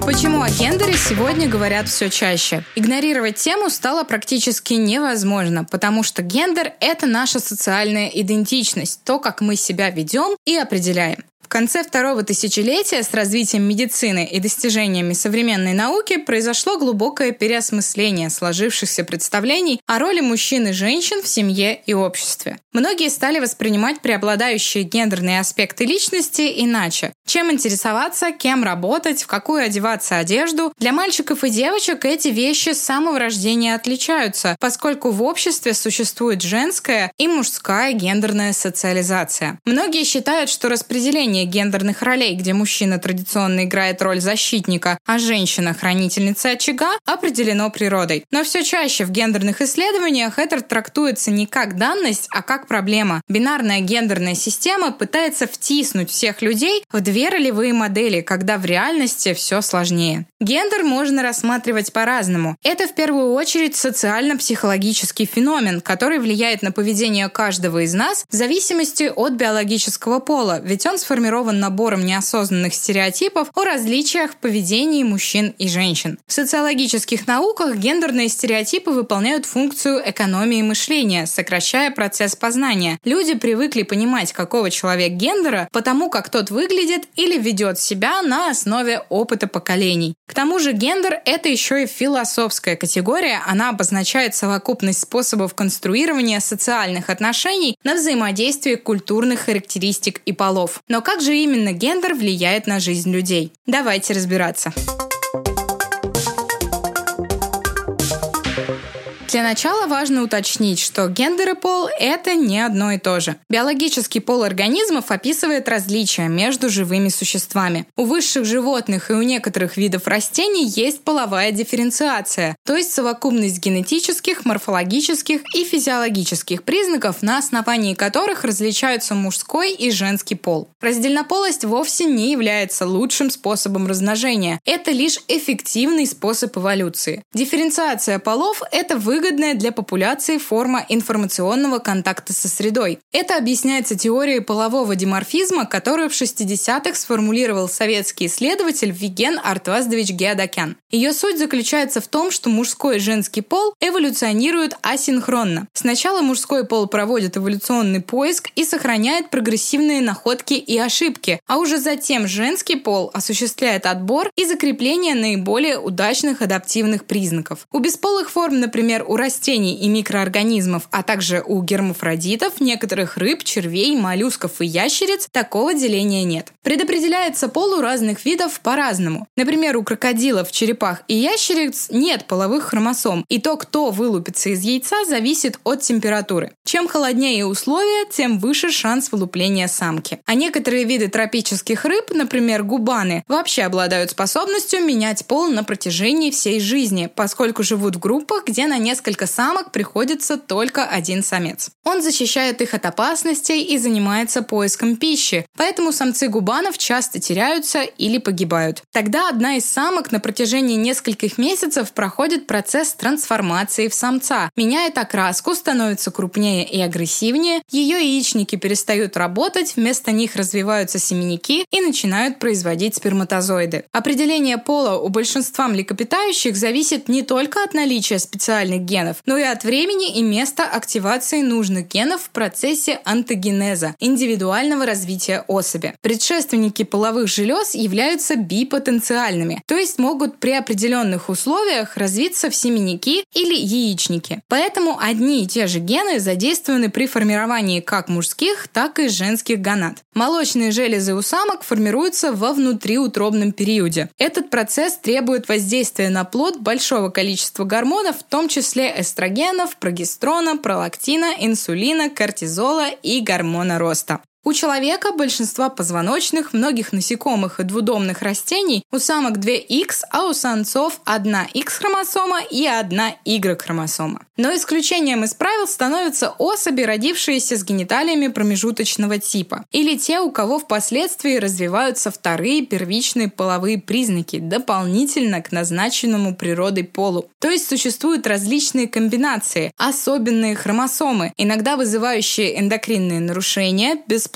Почему о гендере сегодня говорят все чаще? Игнорировать тему стало практически невозможно, потому что гендер — это наша социальная идентичность, то, как мы себя ведем и определяем. В конце второго тысячелетия с развитием медицины и достижениями современной науки произошло глубокое переосмысление сложившихся представлений о роли мужчин и женщин в семье и обществе. Многие стали воспринимать преобладающие гендерные аспекты личности иначе. Чем интересоваться, кем работать, в какую одеваться одежду. Для мальчиков и девочек эти вещи с самого рождения отличаются, поскольку в обществе существует женская и мужская гендерная социализация. Многие считают, что распределение гендерных ролей, где мужчина традиционно играет роль защитника, а женщина — хранительница очага, определено природой. Но все чаще в гендерных исследованиях это трактуется не как данность, а как проблема. Бинарная гендерная система пытается втиснуть всех людей в две ролевые модели, когда в реальности все сложнее. Гендер можно рассматривать по-разному. Это в первую очередь социально-психологический феномен, который влияет на поведение каждого из нас в зависимости от биологического пола, ведь он сформирован набором неосознанных стереотипов о различиях в поведении мужчин и женщин. В социологических науках гендерные стереотипы выполняют функцию экономии мышления, сокращая процесс познания. Люди привыкли понимать, какого человек гендера, потому как тот выглядит или ведет себя на основе опыта поколений. К тому же гендер — это еще и философская категория, она обозначает совокупность способов конструирования социальных отношений на взаимодействие культурных характеристик и полов. Но как же именно гендер влияет на жизнь людей? Давайте разбираться. Для начала важно уточнить, что гендер и пол — это не одно и то же. Биологический пол организмов описывает различия между живыми существами. У высших животных и у некоторых видов растений есть половая дифференциация, то есть совокупность генетических, морфологических и физиологических признаков, на основании которых различаются мужской и женский пол. Раздельнополость вовсе не является лучшим способом размножения. Это лишь эффективный способ эволюции. Дифференциация полов — это выгодная для популяции форма информационного контакта со средой. Это объясняется теорией полового диморфизма, которую в 60-х сформулировал советский исследователь Виген Артваздович Геодокян. Ее суть заключается в том, что мужской и женский пол эволюционируют асинхронно. Сначала мужской пол проводит эволюционный поиск и сохраняет прогрессивные находки и ошибки, а уже затем женский пол осуществляет отбор и закрепление наиболее удачных адаптивных признаков. У бесполых форм, например, у растений и микроорганизмов, а также у гермафродитов, некоторых рыб, червей, моллюсков и ящериц такого деления нет. Предопределяется пол у разных видов по-разному. Например, у крокодилов, черепах и ящериц нет половых хромосом, и то, кто вылупится из яйца, зависит от температуры. Чем холоднее условия, тем выше шанс вылупления самки. А некоторые виды тропических рыб, например, губаны, вообще обладают способностью менять пол на протяжении всей жизни, поскольку живут в группах, где на несколько самок приходится только один самец. Он защищает их от опасностей и занимается поиском пищи, поэтому самцы губанов часто теряются или погибают. Тогда одна из самок на протяжении нескольких месяцев проходит процесс трансформации в самца, меняет окраску, становится крупнее и агрессивнее, ее яичники перестают работать, вместо них развиваются семенники и начинают производить сперматозоиды. Определение пола у большинства млекопитающих зависит не только от наличия специальных генов, но и от времени и места активации нужных генов в процессе онтогенеза, индивидуального развития особи. Предшественники половых желез являются бипотенциальными, то есть могут при определенных условиях развиться в семенники или яичники. Поэтому одни и те же гены задействованы при формировании как мужских, так и женских гонад. Молочные железы у самок формируются во внутриутробном периоде. Этот процесс требует воздействия на плод большого количества гормонов, в том числе эстрогенов, прогестерона, пролактина, инсулина, кортизола и гормона роста. У человека, большинства позвоночных, многих насекомых и двудомных растений у самок 2Х, а у самцов 1Х-хромосома и 1Y-хромосома. Но исключением из правил становятся особи, родившиеся с гениталиями промежуточного типа, или те, у кого впоследствии развиваются вторые первичные половые признаки, дополнительно к назначенному природой полу. То есть существуют различные комбинации, особенные хромосомы, иногда вызывающие эндокринные нарушения, бесплодие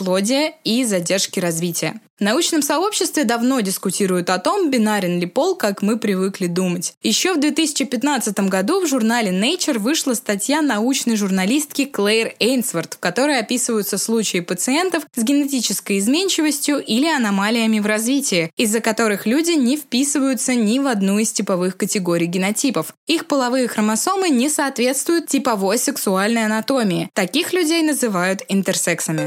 бесплодия и задержки развития. В научном сообществе давно дискутируют о том, бинарен ли пол, как мы привыкли думать. Еще в 2015 году в журнале Nature вышла статья научной журналистки Клэйр Эйнсворт, в которой описываются случаи пациентов с генетической изменчивостью или аномалиями в развитии, из-за которых люди не вписываются ни в одну из типовых категорий генотипов. Их половые хромосомы не соответствуют типовой сексуальной анатомии. Таких людей называют интерсексами.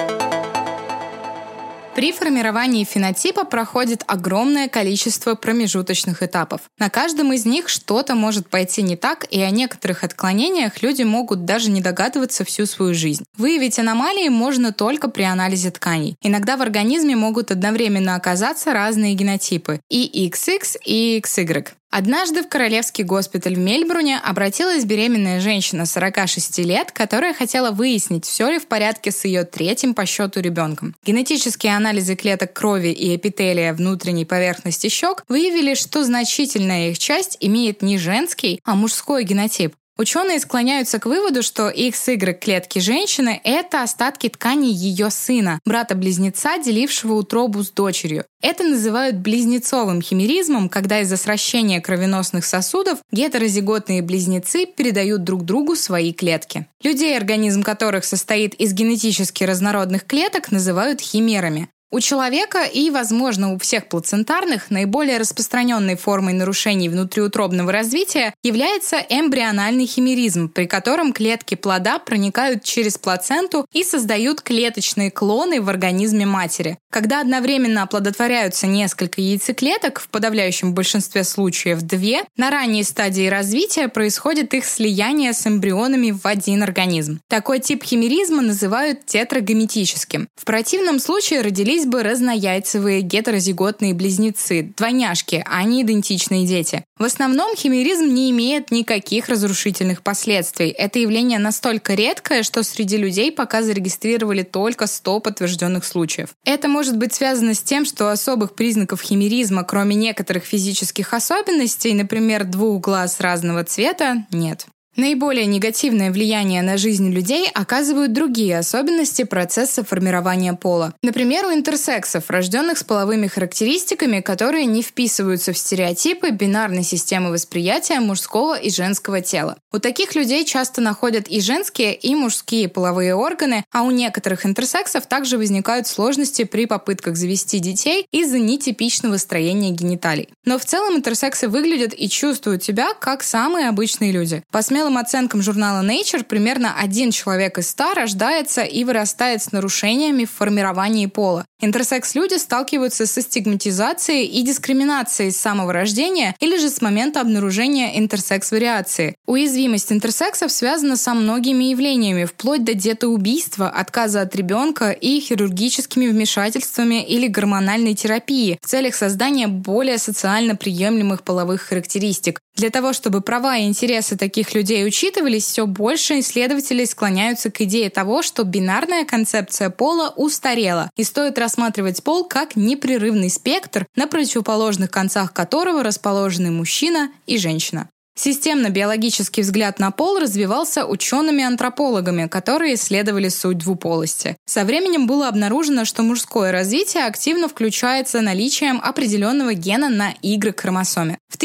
При формировании фенотипа проходит огромное количество промежуточных этапов. На каждом из них что-то может пойти не так, и о некоторых отклонениях люди могут даже не догадываться всю свою жизнь. Выявить аномалии можно только при анализе тканей. Иногда в организме могут одновременно оказаться разные генотипы – и XX, и XY. Однажды в Королевский госпиталь в Мельбурне обратилась беременная женщина 46 лет, которая хотела выяснить, все ли в порядке с ее третьим по счету ребенком. Генетические анализы клеток крови и эпителия внутренней поверхности щек выявили, что значительная их часть имеет не женский, а мужской генотип. Ученые склоняются к выводу, что XY клетки женщины – это остатки тканей ее сына, брата-близнеца, делившего утробу с дочерью. Это называют близнецовым химеризмом, когда из-за сращения кровеносных сосудов гетерозиготные близнецы передают друг другу свои клетки. Людей, организм которых состоит из генетически разнородных клеток, называют химерами. У человека и, возможно, у всех плацентарных наиболее распространенной формой нарушений внутриутробного развития является эмбриональный химеризм, при котором клетки плода проникают через плаценту и создают клеточные клоны в организме матери. Когда одновременно оплодотворяются несколько яйцеклеток, в подавляющем большинстве случаев 2, на ранней стадии развития происходит их слияние с эмбрионами в один организм. Такой тип химеризма называют тетрагометическим. В противном случае родились бы разнояйцевые гетерозиготные близнецы, двойняшки, а не идентичные дети. В основном химеризм не имеет никаких разрушительных последствий. Это явление настолько редкое, что среди людей пока зарегистрировали только 100 подтвержденных случаев. Это может быть связано с тем, что особых признаков химеризма, кроме некоторых физических особенностей, например, 2 глаз разного цвета, нет. Наиболее негативное влияние на жизнь людей оказывают другие особенности процесса формирования пола. Например, у интерсексов, рожденных с половыми характеристиками, которые не вписываются в стереотипы бинарной системы восприятия мужского и женского тела. У таких людей часто находят и женские, и мужские половые органы, а у некоторых интерсексов также возникают сложности при попытках завести детей из-за нетипичного строения гениталий. Но в целом интерсексы выглядят и чувствуют себя как самые обычные люди. По смелым оценкам журнала Nature, примерно 1 человек из 100 рождается и вырастает с нарушениями в формировании пола. Интерсекс-люди сталкиваются со стигматизацией и дискриминацией с самого рождения или же с момента обнаружения интерсекс-вариации. Уязвимость интерсексов связана со многими явлениями, вплоть до детоубийства, отказа от ребенка и хирургическими вмешательствами или гормональной терапии в целях создания более социально приемлемых половых характеристик. Для того, чтобы права и интересы таких людей учитывались, все больше исследователей склоняются к идее того, что бинарная концепция пола устарела, и стоит рассматривать пол как непрерывный спектр, на противоположных концах которого расположены мужчина и женщина. Системно-биологический взгляд на пол развивался учеными-антропологами, которые исследовали суть двуполости. Со временем было обнаружено, что мужское развитие активно включается наличием определенного гена на Y-хромосоме. В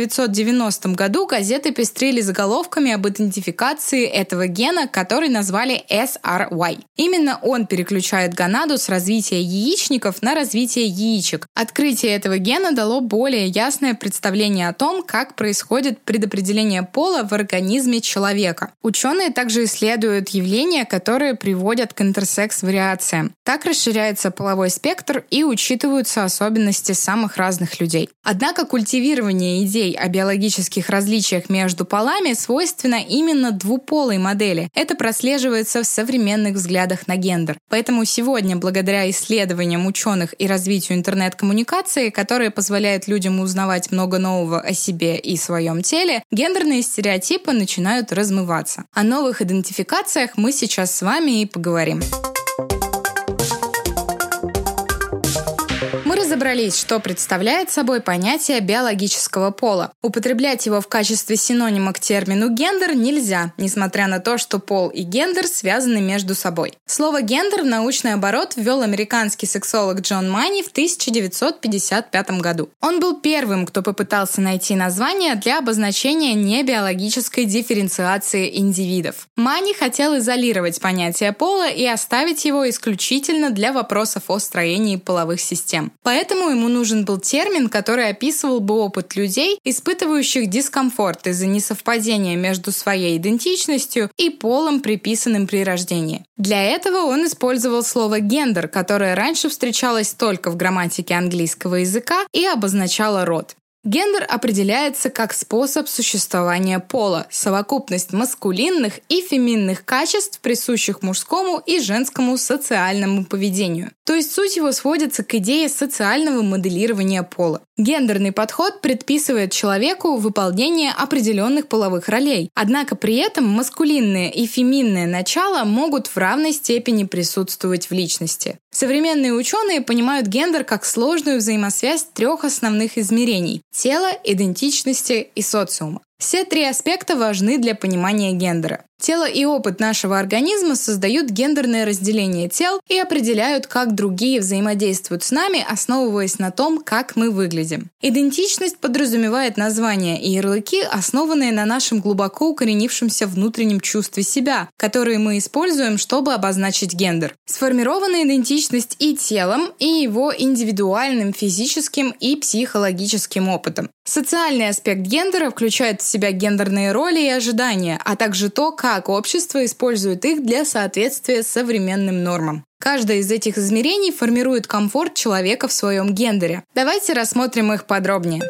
1990 году газеты пестрили заголовками об идентификации этого гена, который назвали SRY. Именно он переключает гонаду с развития яичников на развитие яичек. Открытие этого гена дало более ясное представление о том, как происходит предопределение пола в организме человека. Ученые также исследуют явления, которые приводят к интерсекс-вариациям. Так расширяется половой спектр и учитываются особенности самых разных людей. Однако культивирование идей о биологических различиях между полами свойственно именно двуполой модели. Это прослеживается в современных взглядах на гендер. Поэтому сегодня, благодаря исследованиям ученых и развитию интернет-коммуникации, которые позволяют людям узнавать много нового о себе и своем теле, гендерные стереотипы начинают размываться. О новых идентификациях мы сейчас с вами и поговорим. Мы разобрались, что представляет собой понятие биологического пола. Употреблять его в качестве синонима к термину «гендер» нельзя, несмотря на то, что пол и гендер связаны между собой. Слово «гендер» в научный оборот ввел американский сексолог Джон Мани в 1955 году. Он был первым, кто попытался найти название для обозначения небиологической дифференциации индивидов. Мани хотел изолировать понятие пола и оставить его исключительно для вопросов о строении половых систем. Поэтому ему нужен был термин, который описывал бы опыт людей, испытывающих дискомфорт из-за несовпадения между своей идентичностью и полом, приписанным при рождении. Для этого он использовал слово «гендер», которое раньше встречалось только в грамматике английского языка и обозначало род. Гендер определяется как способ существования пола, совокупность маскулинных и феминных качеств, присущих мужскому и женскому социальному поведению. То есть суть его сводится к идее социального моделирования пола. Гендерный подход предписывает человеку выполнение определенных половых ролей, однако при этом маскулинное и феминное начало могут в равной степени присутствовать в личности. Современные ученые понимают гендер как сложную взаимосвязь трех основных измерений – тела, идентичности и социума. Все три аспекта важны для понимания гендера. Тело и опыт нашего организма создают гендерное разделение тел и определяют, как другие взаимодействуют с нами, основываясь на том, как мы выглядим. Идентичность подразумевает названия и ярлыки, основанные на нашем глубоко укоренившемся внутреннем чувстве себя, которые мы используем, чтобы обозначить гендер. Сформирована идентичность и телом, и его индивидуальным физическим и психологическим опытом. Социальный аспект гендера включает в себя гендерные роли и ожидания, а также то, как общество использует их для соответствия современным нормам. Каждое из этих измерений формирует комфорт человека в своем гендере. Давайте рассмотрим их подробнее.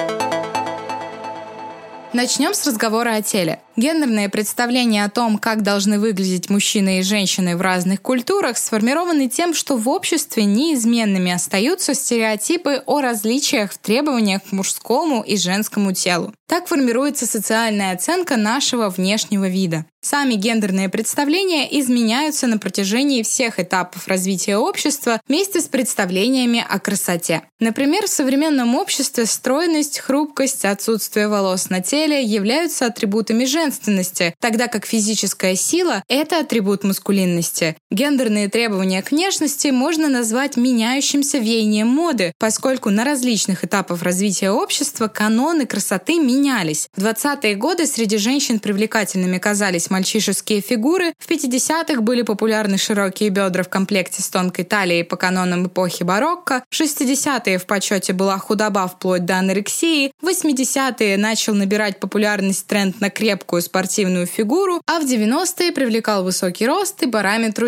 Начнем с разговора о теле. Гендерные представления о том, как должны выглядеть мужчины и женщины в разных культурах, сформированы тем, что в обществе неизменными остаются стереотипы о различиях в требованиях к мужскому и женскому телу. Так формируется социальная оценка нашего внешнего вида. Сами гендерные представления изменяются на протяжении всех этапов развития общества вместе с представлениями о красоте. Например, в современном обществе стройность, хрупкость, отсутствие волос на теле являются атрибутами женственности, тогда как физическая сила – это атрибут маскулинности. Гендерные требования к внешности можно назвать меняющимся веянием моды, поскольку на различных этапах развития общества каноны красоты менялись. В 20-е годы среди женщин привлекательными казались мальчишеские фигуры, в 50-х были популярны широкие бедра в комплекте с тонкой талией по канонам эпохи барокко, в 60-е в почете была худоба вплоть до анорексии, в 80-е начал набирать популярность тренд на крепкую спортивную фигуру, а в 90-е привлекал высокий рост и параметру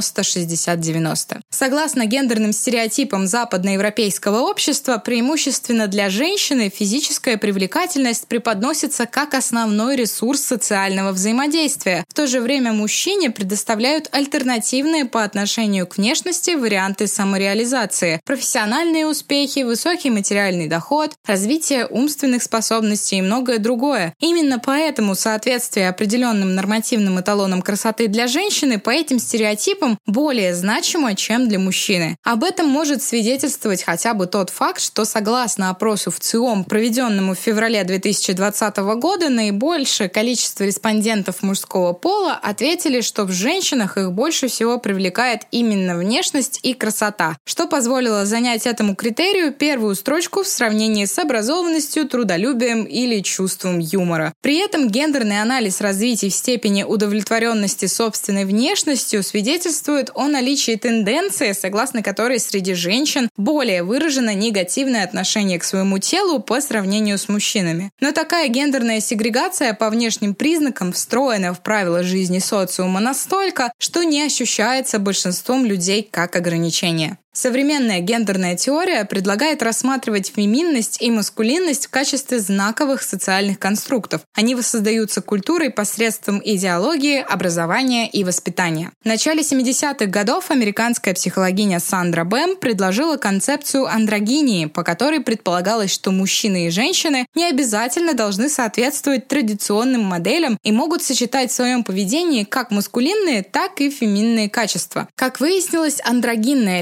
90-60-90. Согласно гендерным стереотипам западноевропейского общества, преимущественно для женщины физическая привлекательность преподносится как основной ресурс социального взаимодействия. В то же время мужчине предоставляют альтернативные по отношению к внешности варианты самореализации, профессиональные успехи, высокий материальный доход, развитие умственных способностей и многое другое. Именно поэтому соответствие определенным нормативным эталонам красоты для женщины по этим стереотипам более значимо, чем для мужчины. Об этом может свидетельствовать хотя бы тот факт, что согласно опросу ВЦИОМ, проведенному в феврале 2020 года, наибольшее количество респондентов мужского пола ответили, что в женщинах их больше всего привлекает именно внешность и красота, что позволило занять этому критерию первую строчку в сравнении с образованностью, трудолюбием или чувством юмора. При этом гендерный анализ развития в степени удовлетворенности собственной внешностью свидетельствует о наличии тенденции, согласно которой среди женщин более выражено негативное отношение к своему телу по сравнению с мужчинами. Но такая гендерная сегрегация по внешним признакам встроена в правила жизни социума настолько, что не ощущается большинством людей как ограничение. Современная гендерная теория предлагает рассматривать феминность и маскулинность в качестве знаковых социальных конструктов. Они воссоздаются культурой посредством идеологии, образования и воспитания. В начале 70-х годов американская психологиня Сандра Бэм предложила концепцию андрогинии, по которой предполагалось, что мужчины и женщины не обязательно должны соответствовать традиционным моделям и могут сочетать в своем поведении как маскулинные, так и феминные качества. Как выяснилось, андрогинная личность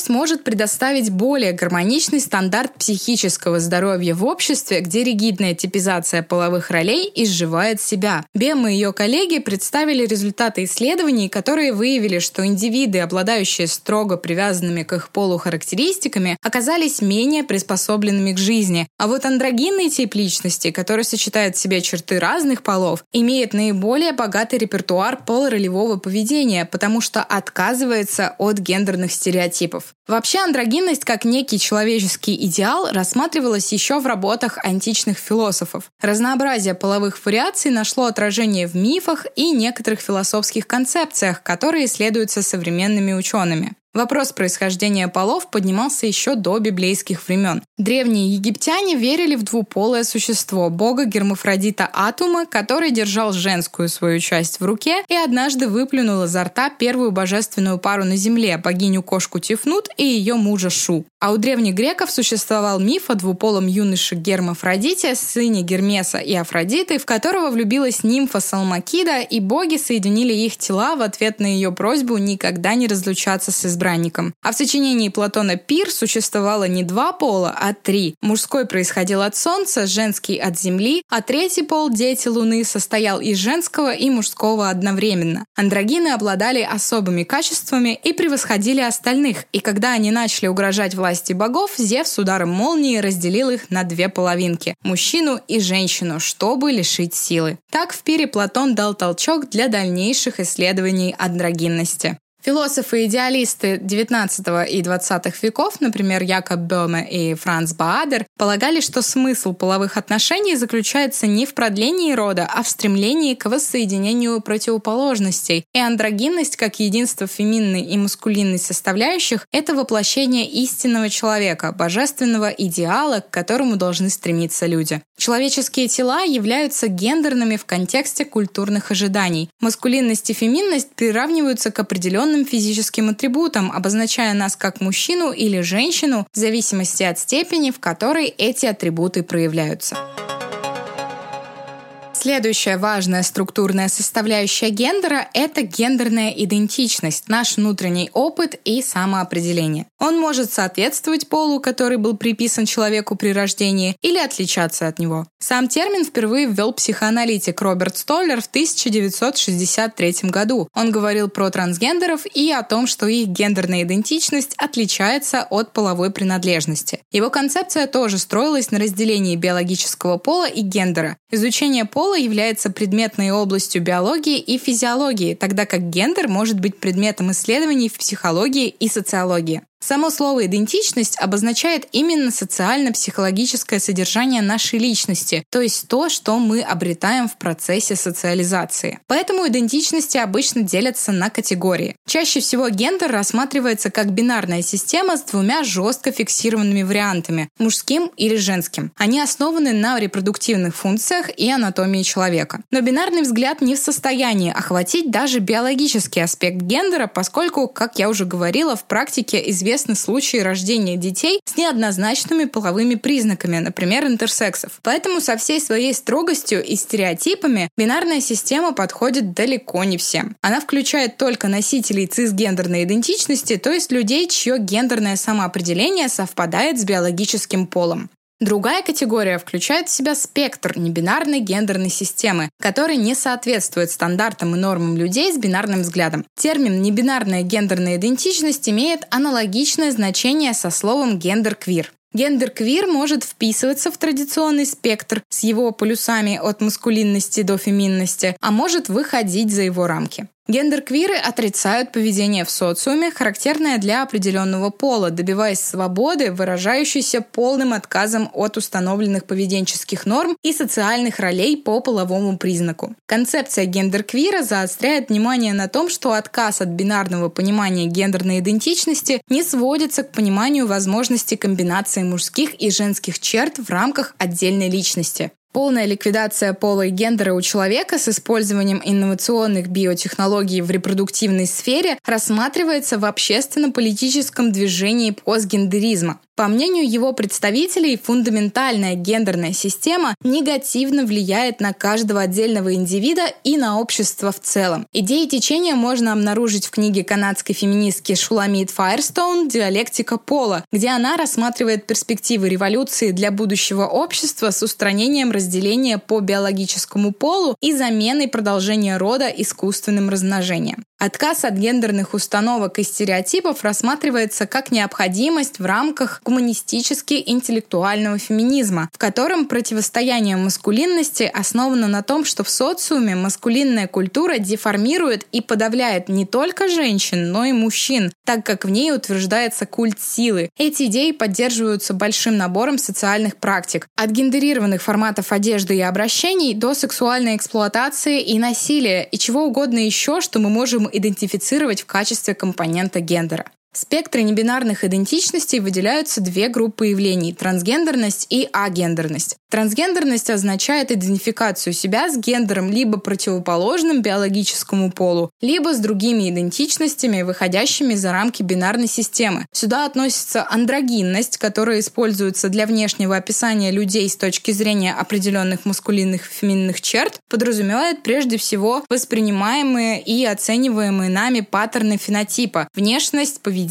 Андрогинность может предоставить более гармоничный стандарт психического здоровья в обществе, где ригидная типизация половых ролей изживает себя. Бем и ее коллеги представили результаты исследований, которые выявили, что индивиды, обладающие строго привязанными к их полу характеристиками, оказались менее приспособленными к жизни. А вот андрогинный тип личности, который сочетает в себе черты разных полов, имеет наиболее богатый репертуар полуролевого поведения, потому что отказывается от гендерных стереотипов. Вообще андрогинность как некий человеческий идеал рассматривалась еще в работах античных философов. Разнообразие половых вариаций нашло отражение в мифах и некоторых философских концепциях, которые исследуются современными учеными. Вопрос происхождения полов поднимался еще до библейских времен. Древние египтяне верили в двуполое существо, бога Гермафродита Атума, который держал женскую свою часть в руке и однажды выплюнул изо рта первую божественную пару на земле, богиню-кошку Тифнут и ее мужа Шу. А у древних греков существовал миф о двуполом юноше Гермафродите, сыне Гермеса и Афродиты, в которого влюбилась нимфа Салмакида, и боги соединили их тела в ответ на ее просьбу никогда не разлучаться с избранником. А в сочинении Платона «Пир» существовало не два пола, а три. Мужской происходил от солнца, женский от земли, а третий пол, дети Луны, состоял из женского и мужского одновременно. Андрогины обладали особыми качествами и превосходили остальных, и когда они начали угрожать власти богов, Зевс ударом молнии разделил их на две половинки – мужчину и женщину, чтобы лишить силы. Так в «Пире» Платон дал толчок для дальнейших исследований андрогинности. Философы-идеалисты XIX и XX веков, например, Якоб Бöhme и Франц Баадер, полагали, что смысл половых отношений заключается не в продлении рода, а в стремлении к воссоединению противоположностей. И андрогинность, как единство феминной и маскулинной составляющих, это воплощение истинного человека, божественного идеала, к которому должны стремиться люди. Человеческие тела являются гендерными в контексте культурных ожиданий. Маскулинность и феминность приравниваются к определенным физическим атрибутам, обозначая нас как мужчину или женщину в зависимости от степени, в которой эти атрибуты проявляются. Следующая важная структурная составляющая гендера – это гендерная идентичность, наш внутренний опыт и самоопределение. Он может соответствовать полу, который был приписан человеку при рождении, или отличаться от него. Сам термин впервые ввел психоаналитик Роберт Столлер в 1963 году. Он говорил про трансгендеров и о том, что их гендерная идентичность отличается от половой принадлежности. Его концепция тоже строилась на разделении биологического пола и гендера. Изучение пола является предметной областью биологии и физиологии, тогда как гендер может быть предметом исследований в психологии и социологии. Само слово «идентичность» обозначает именно социально-психологическое содержание нашей личности, то есть то, что мы обретаем в процессе социализации. Поэтому идентичности обычно делятся на категории. Чаще всего гендер рассматривается как бинарная система с двумя жестко фиксированными вариантами – мужским или женским. Они основаны на репродуктивных функциях и анатомии человека. Но бинарный взгляд не в состоянии охватить даже биологический аспект гендера, поскольку, как я уже говорила, в практике известны случаи рождения детей с неоднозначными половыми признаками, например, интерсексов. Поэтому со всей своей строгостью и стереотипами бинарная система подходит далеко не всем. Она включает только носителей цисгендерной идентичности, то есть людей, чье гендерное самоопределение совпадает с биологическим полом. Другая категория включает в себя спектр небинарной гендерной системы, который не соответствует стандартам и нормам людей с бинарным взглядом. Термин «небинарная гендерная идентичность» имеет аналогичное значение со словом «гендер-квир». Гендер-квир может вписываться в традиционный спектр с его полюсами от маскулинности до феминности, а может выходить за его рамки. Гендер-квиры отрицают поведение в социуме, характерное для определенного пола, добиваясь свободы, выражающейся полным отказом от установленных поведенческих норм и социальных ролей по половому признаку. Концепция гендер-квира заостряет внимание на том, что отказ от бинарного понимания гендерной идентичности не сводится к пониманию возможности комбинации мужских и женских черт в рамках отдельной личности. Полная ликвидация пола и гендера у человека с использованием инновационных биотехнологий в репродуктивной сфере рассматривается в общественно-политическом движении постгендеризма. По мнению его представителей, фундаментальная гендерная система негативно влияет на каждого отдельного индивида и на общество в целом. Идеи течения можно обнаружить в книге канадской феминистки Шуламит Файерстоун «Диалектика пола», где она рассматривает перспективы революции для будущего общества с устранением разделения по биологическому полу и заменой продолжения рода искусственным размножением. Отказ от гендерных установок и стереотипов рассматривается как необходимость в рамках гуманистически-интеллектуального феминизма, в котором противостояние маскулинности основано на том, что в социуме маскулинная культура деформирует и подавляет не только женщин, но и мужчин, так как в ней утверждается культ силы. Эти идеи поддерживаются большим набором социальных практик, от гендерированных форматов одежды и обращений до сексуальной эксплуатации и насилия, и чего угодно еще, что мы можем идентифицировать в качестве компонента гендера. В спектре небинарных идентичностей выделяются две группы явлений – трансгендерность и агендерность. Трансгендерность означает идентификацию себя с гендером либо противоположным биологическому полу, либо с другими идентичностями, выходящими за рамки бинарной системы. Сюда относится андрогинность, которая используется для внешнего описания людей с точки зрения определенных маскулинных и феминных черт, подразумевает прежде всего воспринимаемые и оцениваемые нами паттерны фенотипа, внешность, поведение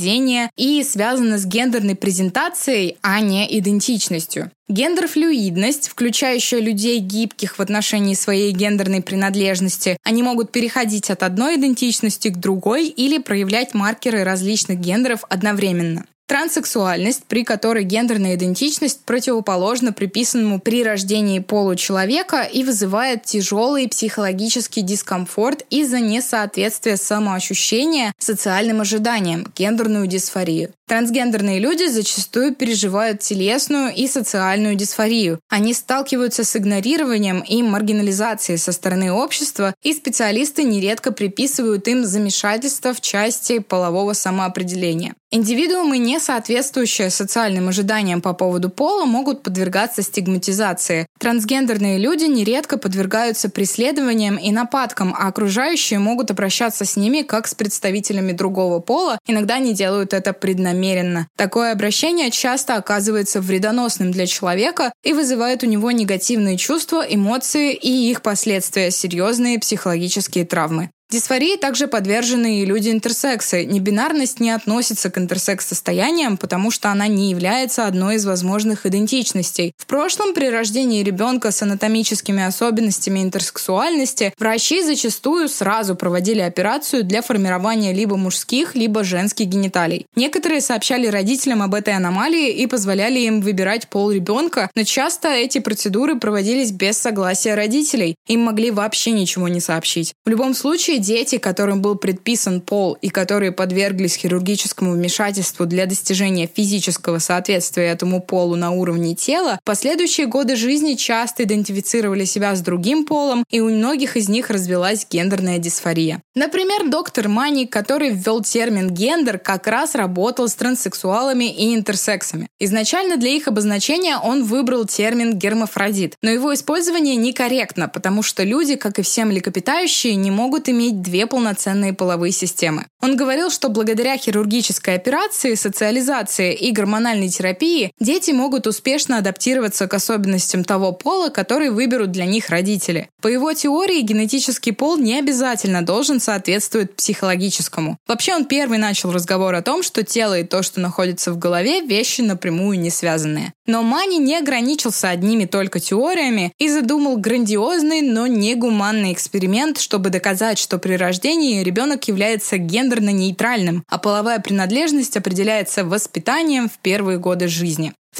и связано с гендерной презентацией, а не идентичностью. Гендерфлюидность, включающая людей гибких в отношении своей гендерной принадлежности, они могут переходить от одной идентичности к другой или проявлять маркеры различных гендеров одновременно. Транссексуальность, при которой гендерная идентичность противоположна приписанному при рождении полу человека и вызывает тяжелый психологический дискомфорт из-за несоответствия самоощущения социальным ожиданиям, гендерную дисфорию. Трансгендерные люди зачастую переживают телесную и социальную дисфорию. Они сталкиваются с игнорированием и маргинализацией со стороны общества, и специалисты нередко приписывают им замешательство в части полового самоопределения. Индивидуумы, не соответствующие социальным ожиданиям по поводу пола, могут подвергаться стигматизации. Трансгендерные люди нередко подвергаются преследованиям и нападкам, а окружающие могут обращаться с ними как с представителями другого пола, иногда они делают это преднамеренно. Такое обращение часто оказывается вредоносным для человека и вызывает у него негативные чувства, эмоции и их последствия – серьезные психологические травмы. Дисфории также подвержены и люди интерсекса. Небинарность не относится к интерсекс-состояниям, потому что она не является одной из возможных идентичностей. В прошлом, при рождении ребенка с анатомическими особенностями интерсексуальности, врачи зачастую сразу проводили операцию для формирования либо мужских, либо женских гениталий. Некоторые сообщали родителям об этой аномалии и позволяли им выбирать пол ребенка, но часто эти процедуры проводились без согласия родителей. Им могли вообще ничего не сообщить. В любом случае, дети, которым был предписан пол и которые подверглись хирургическому вмешательству для достижения физического соответствия этому полу на уровне тела, в последующие годы жизни часто идентифицировали себя с другим полом, и у многих из них развилась гендерная дисфория. Например, доктор Мани, который ввел термин «гендер», как раз работал с транссексуалами и интерсексами. Изначально для их обозначения он выбрал термин «гермафродит», но его использование некорректно, потому что люди, как и все млекопитающие, не могут иметь две полноценные половые системы. Он говорил, что благодаря хирургической операции, социализации и гормональной терапии дети могут успешно адаптироваться к особенностям того пола, который выберут для них родители. По его теории, генетический пол не обязательно должен соответствовать психологическому. Вообще он первый начал разговор о том, что тело и то, что находится в голове, вещи напрямую не связанные. Но Мани не ограничился одними только теориями и задумал грандиозный, но негуманный эксперимент, чтобы доказать, что при рождении ребенок является гендерно-нейтральным, а половая принадлежность определяется воспитанием в первые годы жизни. В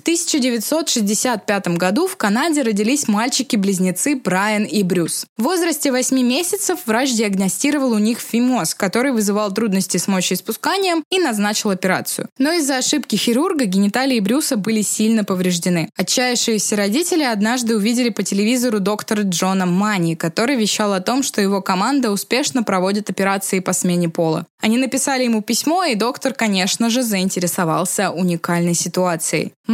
1965 году в Канаде родились мальчики-близнецы Брайан и Брюс. В возрасте 8 месяцев врач диагностировал у них фимоз, который вызывал трудности с мочеиспусканием, и назначил операцию. Но из-за ошибки хирурга гениталии Брюса были сильно повреждены. Отчаявшиеся родители однажды увидели по телевизору доктора Джона Мани, который вещал о том, что его команда успешно проводит операции по смене пола. Они написали ему письмо, и доктор, конечно же, заинтересовался уникальной ситуацией.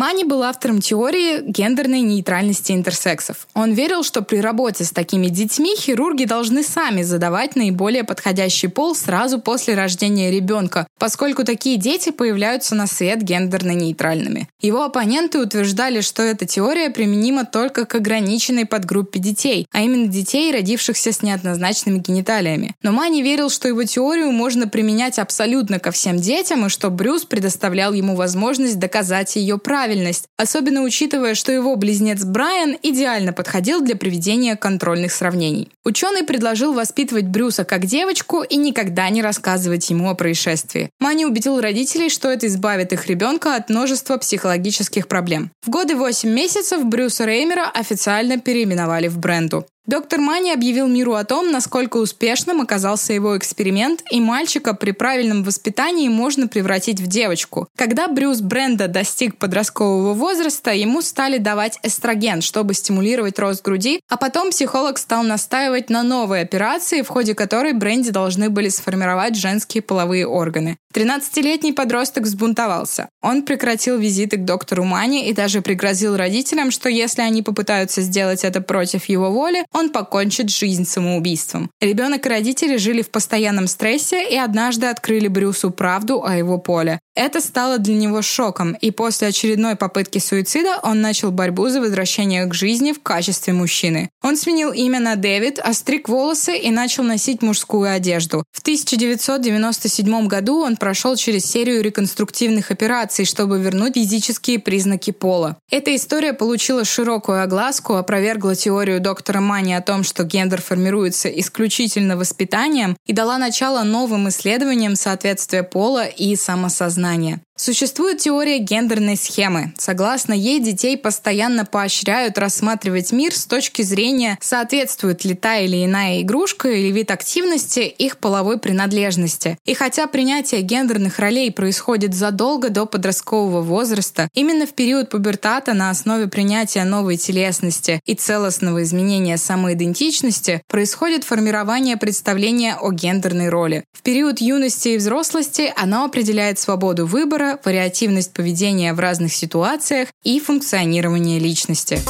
Мани был автором теории гендерной нейтральности интерсексов. Он верил, что при работе с такими детьми хирурги должны сами задавать наиболее подходящий пол сразу после рождения ребенка, поскольку такие дети появляются на свет гендерно нейтральными. Его оппоненты утверждали, что эта теория применима только к ограниченной подгруппе детей, а именно детей, родившихся с неоднозначными гениталиями. Но Мани верил, что его теорию можно применять абсолютно ко всем детям, и что Брюс предоставлял ему возможность доказать ее правильность, особенно учитывая, что его близнец Брайан идеально подходил для проведения контрольных сравнений. Ученый предложил воспитывать Брюса как девочку и никогда не рассказывать ему о происшествии. Мани убедил родителей, что это избавит их ребенка от множества психологических проблем. В годы 8 месяцев Брюса Реймера официально переименовали в Бренду. Доктор Мани объявил миру о том, насколько успешным оказался его эксперимент, и мальчика при правильном воспитании можно превратить в девочку. Когда Брюс Бренда достиг подросткового возраста, ему стали давать эстроген, чтобы стимулировать рост груди, а потом психолог стал настаивать на новой операции, в ходе которой Бренде должны были сформировать женские половые органы. 13-летний подросток взбунтовался. Он прекратил визиты к доктору Мани и даже пригрозил родителям, что если они попытаются сделать это против его воли, он покончит жизнь самоубийством. Ребенок и родители жили в постоянном стрессе и однажды открыли Брюсу правду о его поле. Это стало для него шоком, и после очередной попытки суицида он начал борьбу за возвращение к жизни в качестве мужчины. Он сменил имя на Дэвид, остриг волосы и начал носить мужскую одежду. В 1997 году он прошел через серию реконструктивных операций, чтобы вернуть физические признаки пола. Эта история получила широкую огласку, опровергла теорию доктора Мани о том, что гендер формируется исключительно воспитанием, и дала начало новым исследованиям соответствия пола и самосознания. Существует теория гендерной схемы. Согласно ей, детей постоянно поощряют рассматривать мир с точки зрения, соответствует ли та или иная игрушка или вид активности их половой принадлежности. И хотя принятие гендерных ролей происходит задолго до подросткового возраста, именно в период пубертата на основе принятия новой телесности и целостного изменения самоидентичности происходит формирование представления о гендерной роли. В период юности и взрослости оно определяет свободу выбора, вариативность поведения в разных ситуациях и функционирование личности.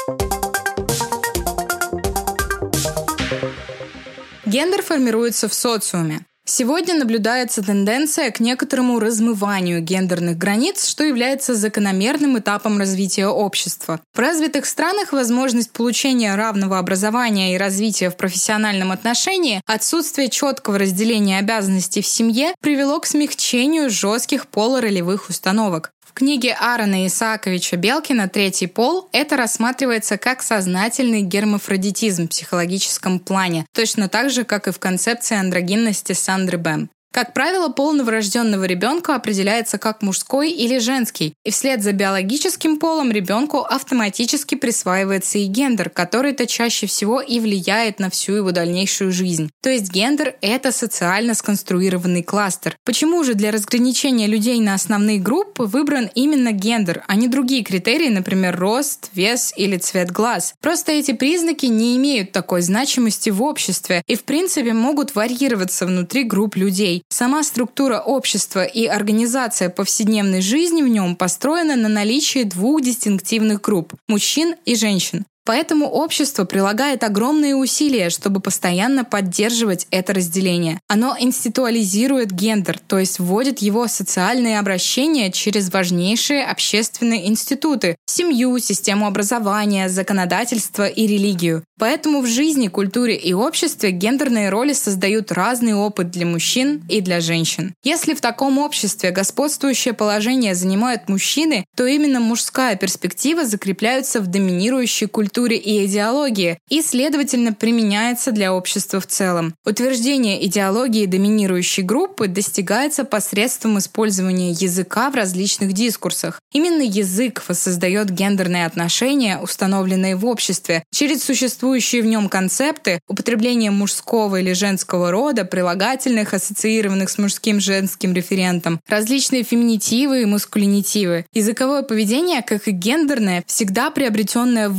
Гендер формируется в социуме. Сегодня наблюдается тенденция к некоторому размыванию гендерных границ, что является закономерным этапом развития общества. В развитых странах возможность получения равного образования и развития в профессиональном отношении, отсутствие четкого разделения обязанностей в семье привело к смягчению жестких полуролевых установок. В книге Аарона Исааковича Белкина «Третий пол» это рассматривается как сознательный гермафродитизм в психологическом плане, точно так же, как и в концепции андрогинности Сандры Бэм. Как правило, пол новорожденного ребенка определяется как мужской или женский, и вслед за биологическим полом ребенку автоматически присваивается и гендер, который-то чаще всего и влияет на всю его дальнейшую жизнь. То есть гендер — это социально сконструированный кластер. Почему же для разграничения людей на основные группы выбран именно гендер, а не другие критерии, например, рост, вес или цвет глаз? Просто эти признаки не имеют такой значимости в обществе и, в принципе, могут варьироваться внутри групп людей. Сама структура общества и организация повседневной жизни в нем построена на наличии двух дистинктивных групп – мужчин и женщин. Поэтому общество прилагает огромные усилия, чтобы постоянно поддерживать это разделение. Оно институализирует гендер, то есть вводит его социальные обращения через важнейшие общественные институты – семью, систему образования, законодательство и религию. Поэтому в жизни, культуре и обществе гендерные роли создают разный опыт для мужчин и для женщин. Если в таком обществе господствующее положение занимают мужчины, то именно мужская перспектива закрепляется в доминирующей культуре и идеологии и, следовательно, применяется для общества в целом. Утверждение идеологии доминирующей группы достигается посредством использования языка в различных дискурсах. Именно язык воссоздает гендерные отношения, установленные в обществе, через существующие в нем концепты, употребление мужского или женского рода, прилагательных, ассоциированных с мужским женским референтом, различные феминитивы и маскулинитивы. Языковое поведение, как и гендерное, всегда приобретенное в обществе,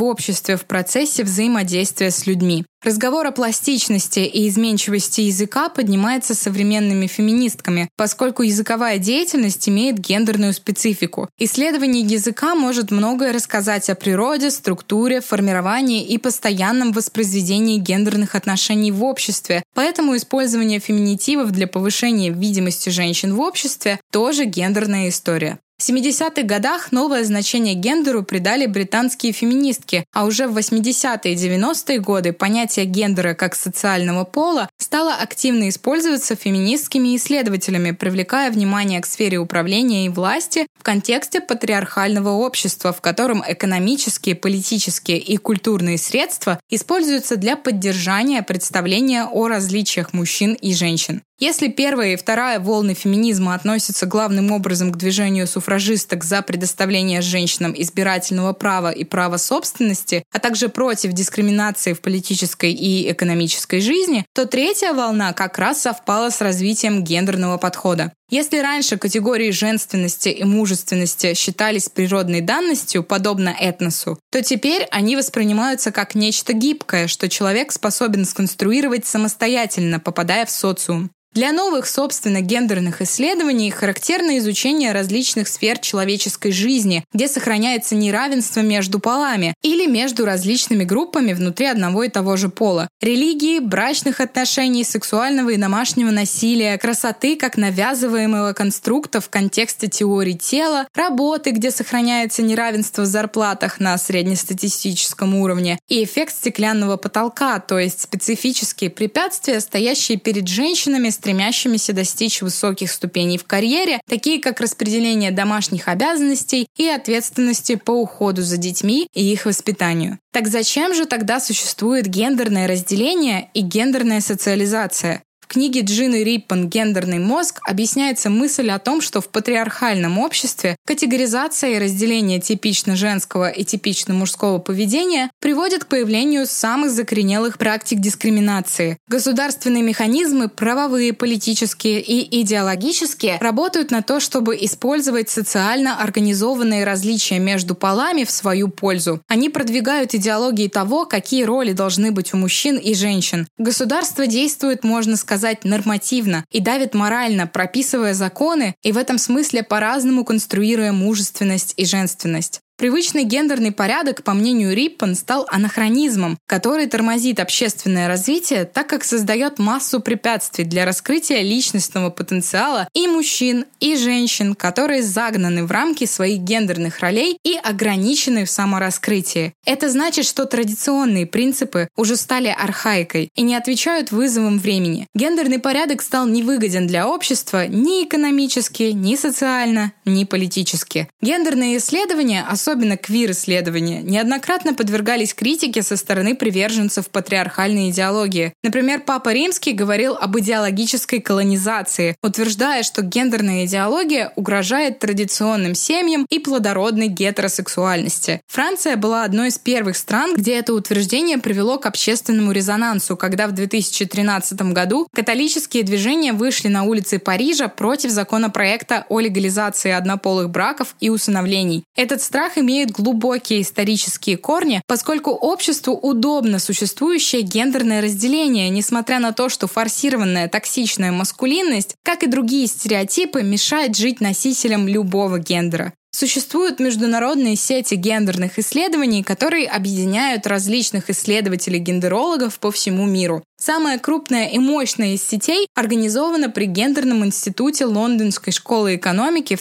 обществе в процессе взаимодействия с людьми. Разговор о пластичности и изменчивости языка поднимается современными феминистками, поскольку языковая деятельность имеет гендерную специфику. Исследование языка может многое рассказать о природе, структуре, формировании и постоянном воспроизведении гендерных отношений в обществе, поэтому использование феминитивов для повышения видимости женщин в обществе тоже гендерная история. В 70-х годах новое значение гендеру придали британские феминистки, а уже в 80-е и 90-е годы понятие гендера как социального пола стало активно использоваться феминистскими исследователями, привлекая внимание к сфере управления и власти в контексте патриархального общества, в котором экономические, политические и культурные средства используются для поддержания представления о различиях мужчин и женщин. Если первая и вторая волны феминизма относятся главным образом к движению суфражисток за предоставление женщинам избирательного права и права собственности, а также против дискриминации в политической и экономической жизни, то третья волна как раз совпала с развитием гендерного подхода. Если раньше категории женственности и мужественности считались природной данностью, подобно этносу, то теперь они воспринимаются как нечто гибкое, что человек способен сконструировать самостоятельно, попадая в социум. Для новых, собственно, гендерных исследований характерно изучение различных сфер человеческой жизни, где сохраняется неравенство между полами или между различными группами внутри одного и того же пола. Религии, брачных отношений, сексуального и домашнего насилия, красоты как навязываемого конструкта в контексте теории тела, работы, где сохраняется неравенство в зарплатах на среднестатистическом уровне, и эффект стеклянного потолка, то есть специфические препятствия, стоящие перед женщинами, стремящимися достичь высоких ступеней в карьере, такие как распределение домашних обязанностей и ответственности по уходу за детьми и их воспитанию. Так зачем же тогда существует гендерное разделение и гендерная социализация? В книге Джины Риппон «Гендерный мозг» объясняется мысль о том, что в патриархальном обществе категоризация и разделение типично женского и типично мужского поведения приводит к появлению самых закоренелых практик дискриминации. Государственные механизмы, правовые, политические и идеологические, работают на то, чтобы использовать социально организованные различия между полами в свою пользу. Они продвигают идеологии того, какие роли должны быть у мужчин и женщин. Государство действует, можно сказать, нормативно и давит морально, прописывая законы и в этом смысле по-разному конструируя мужественность и женственность. Привычный гендерный порядок, по мнению Риппон, стал анахронизмом, который тормозит общественное развитие, так как создает массу препятствий для раскрытия личностного потенциала и мужчин, и женщин, которые загнаны в рамки своих гендерных ролей и ограничены в самораскрытии. Это значит, что традиционные принципы уже стали архаикой и не отвечают вызовам времени. Гендерный порядок стал невыгоден для общества ни экономически, ни социально, ни политически. Гендерные исследования, особенно квир-исследования, неоднократно подвергались критике со стороны приверженцев патриархальной идеологии. Например, Папа Римский говорил об идеологической колонизации, утверждая, что гендерная идеология угрожает традиционным семьям и плодородной гетеросексуальности. Франция была одной из первых стран, где это утверждение привело к общественному резонансу, когда в 2013 году католические движения вышли на улицы Парижа против законопроекта о легализации однополых браков и усыновлений. Этот страх имеет глубокие исторические корни, поскольку обществу удобно существующее гендерное разделение, несмотря на то, что форсированная токсичная маскулинность, как и другие стереотипы, мешает жить носителям любого гендера. Существуют международные сети гендерных исследований, которые объединяют различных исследователей-гендерологов по всему миру. Самая крупная и мощная из сетей организована при Гендерном институте Лондонской школы экономики в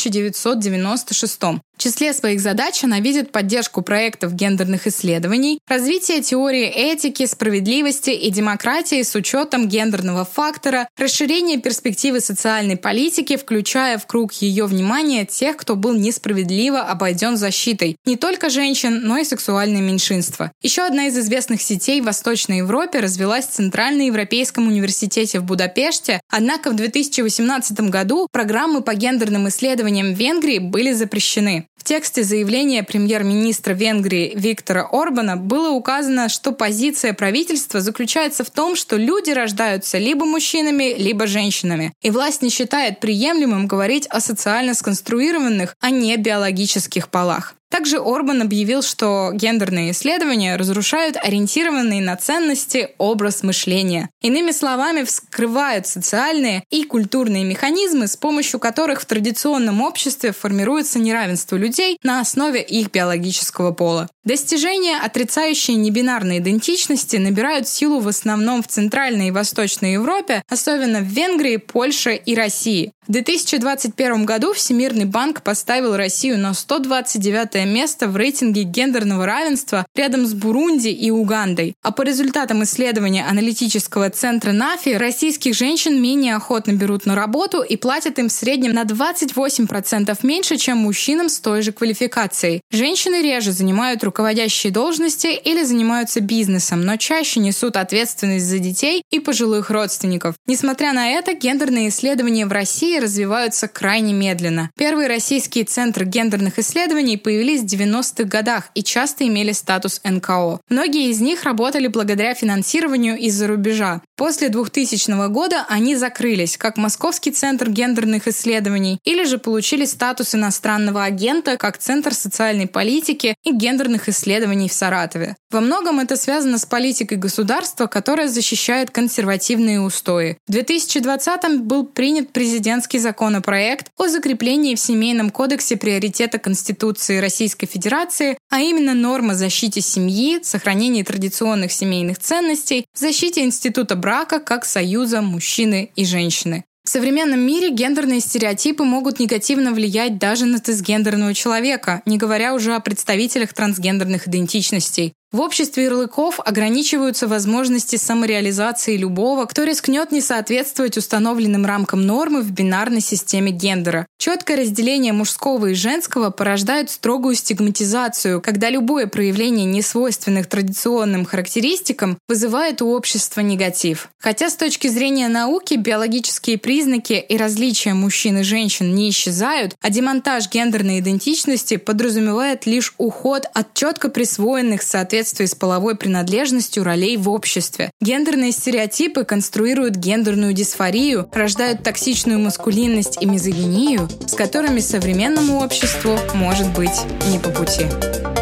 1996 году. В числе своих задач она видит поддержку проектов гендерных исследований, развитие теории этики, справедливости и демократии с учетом гендерного фактора, расширение перспективы социальной политики, включая в круг ее внимания тех, кто был несправедливо обойден защитой, не только женщин, но и сексуальные меньшинства. Еще одна из известных сетей в Восточной Европе развилась в Центральноевропейском университете в Будапеште, однако в 2018 году программы по гендерным исследованиям в Венгрии были запрещены. В тексте заявления премьер-министра Венгрии Виктора Орбана было указано, что позиция правительства заключается в том, что люди рождаются либо мужчинами, либо женщинами, и власть не считает приемлемым говорить о социально сконструированных, а не биологических полах. Также Орбан объявил, что гендерные исследования разрушают ориентированный на ценности образ мышления. Иными словами, вскрывают социальные и культурные механизмы, с помощью которых в традиционном обществе формируется неравенство людей на основе их биологического пола. Достижения, отрицающие небинарные идентичности, набирают силу в основном в Центральной и Восточной Европе, особенно в Венгрии, Польше и России. В 2021 году Всемирный банк поставил Россию на 129 место в рейтинге гендерного равенства рядом с Бурунди и Угандой. А по результатам исследования аналитического центра НАФИ российских женщин менее охотно берут на работу и платят им в среднем на 28% меньше, чем мужчинам с той же квалификацией. Женщины реже занимают руководящие должности или занимаются бизнесом, но чаще несут ответственность за детей и пожилых родственников. Несмотря на это, гендерные исследования в России развиваются крайне медленно. Первые российские центры гендерных исследований появились в 90-х годах и часто имели статус НКО. Многие из них работали благодаря финансированию из-за рубежа. После 2000 года они закрылись, как Московский центр гендерных исследований, или же получили статус иностранного агента, как Центр социальной политики и гендерных исследований в Саратове. Во многом это связано с политикой государства, которое защищает консервативные устои. В 2020-м был принят президентский законопроект о закреплении в Семейном кодексе приоритета Конституции Российской Федерации, а именно норм о защите семьи, сохранении традиционных семейных ценностей, защите института брака как союза мужчины и женщины. В современном мире гендерные стереотипы могут негативно влиять даже на цисгендерного человека, не говоря уже о представителях трансгендерных идентичностей. В обществе ярлыков ограничиваются возможности самореализации любого, кто рискнет не соответствовать установленным рамкам нормы в бинарной системе гендера. Четкое разделение мужского и женского порождает строгую стигматизацию, когда любое проявление несвойственных традиционным характеристикам вызывает у общества негатив. Хотя с точки зрения науки биологические признаки и различия мужчин и женщин не исчезают, а демонтаж гендерной идентичности подразумевает лишь уход от четко присвоенных соответствий с половой принадлежностью ролей в обществе. Гендерные стереотипы конструируют гендерную дисфорию, рождают токсичную маскулинность и мизогинию, с которыми современному обществу может быть не по пути.